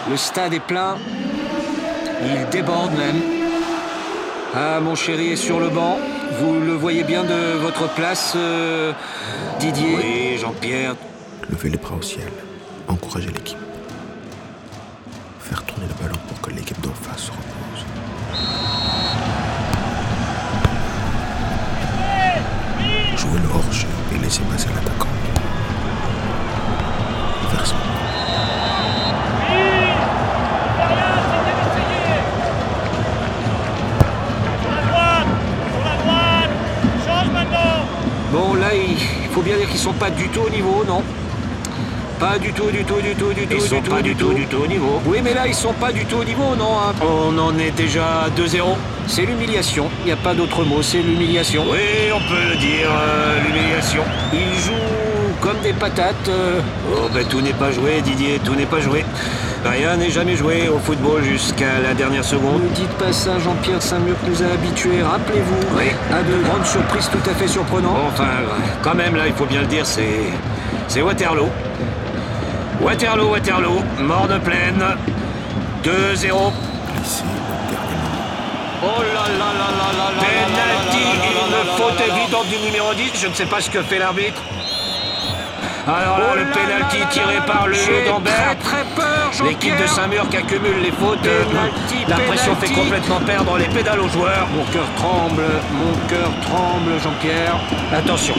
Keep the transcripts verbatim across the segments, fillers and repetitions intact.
Le stade est plein. Il déborde même. Ah, mon chéri est sur le banc. Vous le voyez bien de votre place, euh, Didier? Oui, Jean-Pierre. Levez les bras au ciel. Encouragez l'équipe. Faire tourner le ballon pour que l'équipe d'en face se repose. Jouez le hors-jeu et laissez passer l'attaquant. Faire son. Bon, là, il faut bien dire qu'ils sont pas du tout au niveau, non? Pas du tout, du tout, du tout, du tout, Ils sont du pas tout, du tout, du tout au niveau. Oui, mais là, ils sont pas du tout au niveau, non hein. On en est déjà à deux zéro. C'est l'humiliation. Il n'y a pas d'autre mot, c'est l'humiliation. Oui, on peut le dire, euh, l'humiliation. Ils jouent comme des patates. euh. Oh, ben tout n'est pas joué, Didier, tout n'est pas joué. Rien n'est jamais joué au football jusqu'à la dernière seconde. Ne dites pas ça, Jean-Pierre Saint-Mur nous a habitués, rappelez-vous, Oui. à de grandes surprises tout à fait surprenantes. Enfin, quand même, là, il faut bien le dire, c'est... C'est Waterloo. Waterloo, Waterloo, mort de plaine. deux zéro. Glissez le dernier moment. Oh là là là là là là. Penalty, une faute évidente du numéro dix. Je ne sais pas ce que fait l'arbitre. Alors là, Oh le là penalty là là tiré là par là le là. jeu J'ai d'Ambert. très très peur, Jean-Pierre. L'équipe de Saint-Mur qui accumule les fautes. euh, Penalty, La pression penalty. fait complètement perdre les pédales aux joueurs. Mon cœur tremble, mon cœur tremble, Jean-Pierre. Attention.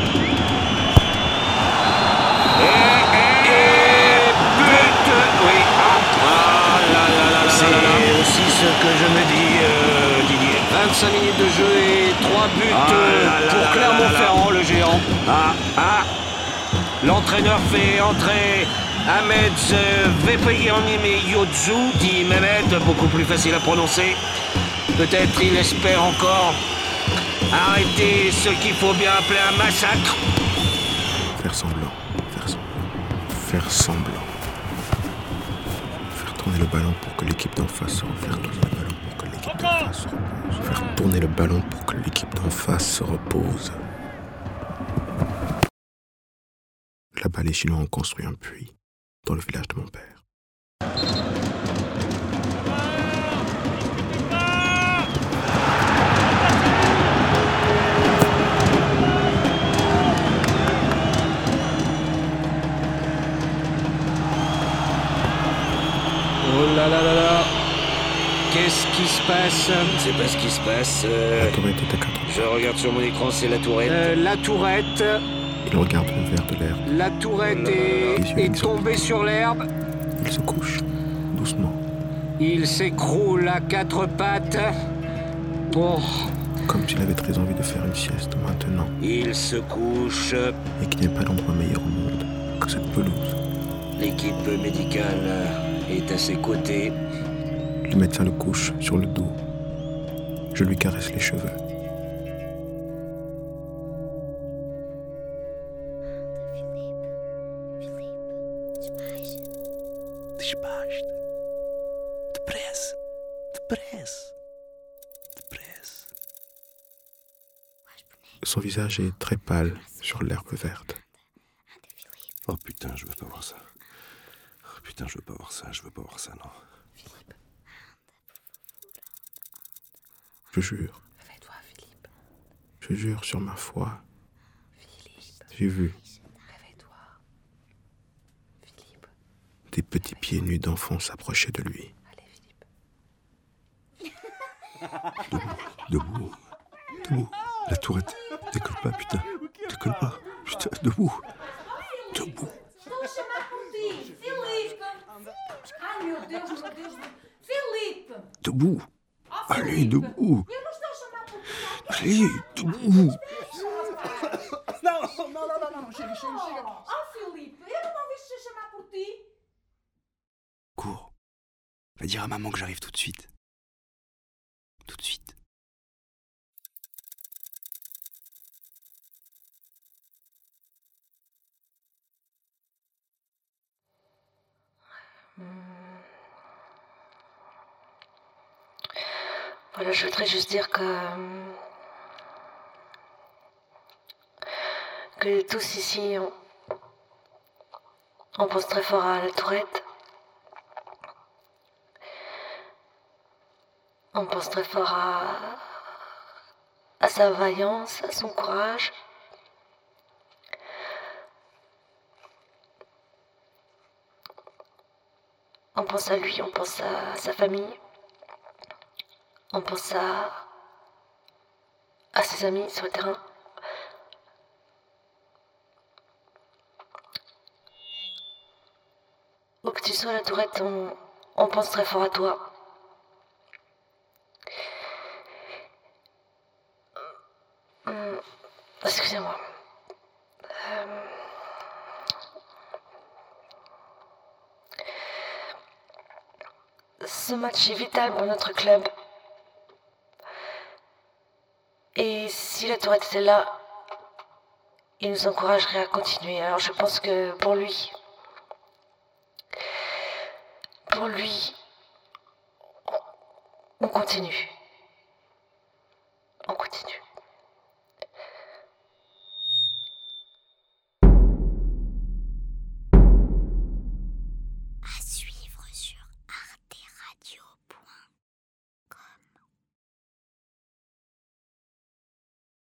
Et, et, et but. Oui. Ah là là là là. C'est aussi ce que je me dis, euh, Didier. vingt-cinq minutes de jeu et trois buts Ah euh, là là pour là Clermont-Ferrand, le géant. Ah, ah. L'entraîneur fait entrer Ahmed Vepeyanime Yotzu, dit Mehmet, beaucoup plus facile à prononcer. Peut-être il espère encore arrêter ce qu'il faut bien appeler un massacre. Faire semblant. Faire semblant. Faire semblant. Faire tourner le ballon pour que l'équipe d'en face se repose. Faire tourner le ballon pour que l'équipe d'en face se repose. Faire tourner le ballon pour que l'équipe d'en face se repose. Là-bas, les Chinois ont construit un puits dans le village de mon père. Oh là là là là. Qu'est-ce qui se passe? Je ne sais pas ce qui se passe. euh, La tourette est à quatre. je regarde sur mon écran, c'est la tourette. Euh, La tourette, Il regarde le verre de l'herbe. la tourette Oh là là est, là. est tombée sur l'herbe. Il se couche, doucement, Il s'écroule à quatre pattes. Bon, comme s'il avait très envie de faire une sieste maintenant, Il se couche. et qu'il n'y a pas d'endroit meilleur au monde que cette pelouse. L'équipe médicale est à ses côtés. Le médecin le couche sur le dos. Je lui caresse les cheveux. Despacho. Depressa. Depressa. Depressa. Son visage est très pâle sur l'herbe verte. Oh putain, je veux pas voir ça. Oh putain, je veux pas voir ça, je veux pas voir ça, non. Je jure. Réveille-toi, Philippe. Je jure sur ma foi. Philippe. J'ai vu Réveille-toi. Philippe. des petits pieds nus d'enfants s'approcher de lui. Allez, Philippe. Debout. Debout. La tourette. Décolle pas, putain. Décolle pas. Putain, debout. Debout. Estou a chamar por ti, Filipe! Ai meu Deus, meu Deus! Filipe! Debout. Oh, Allez, Filipe! debout. Eu não estou a chamar por ti! Allez, debout. Não, não, não, não, não, chega, chega, chega. Oh, Filipe! Eu não ouviste a chamar por ti? Cours. Va dire à maman que j'arrive tout de suite. Tout de suite. Voilà, je voudrais juste dire que. que tous ici, on, on pense très fort à la tourette. On pense très fort à, à sa vaillance, à son courage. On pense à lui, on pense à sa famille. On pense à, à ses amis sur le terrain. Où que tu sois, la Tourette, on, on pense très fort à toi. Hum, excusez-moi. Euh, ce match est vital pour notre club. Et si la Tourette était là, il nous encouragerait à continuer. Alors je pense que pour lui, pour lui, on continue.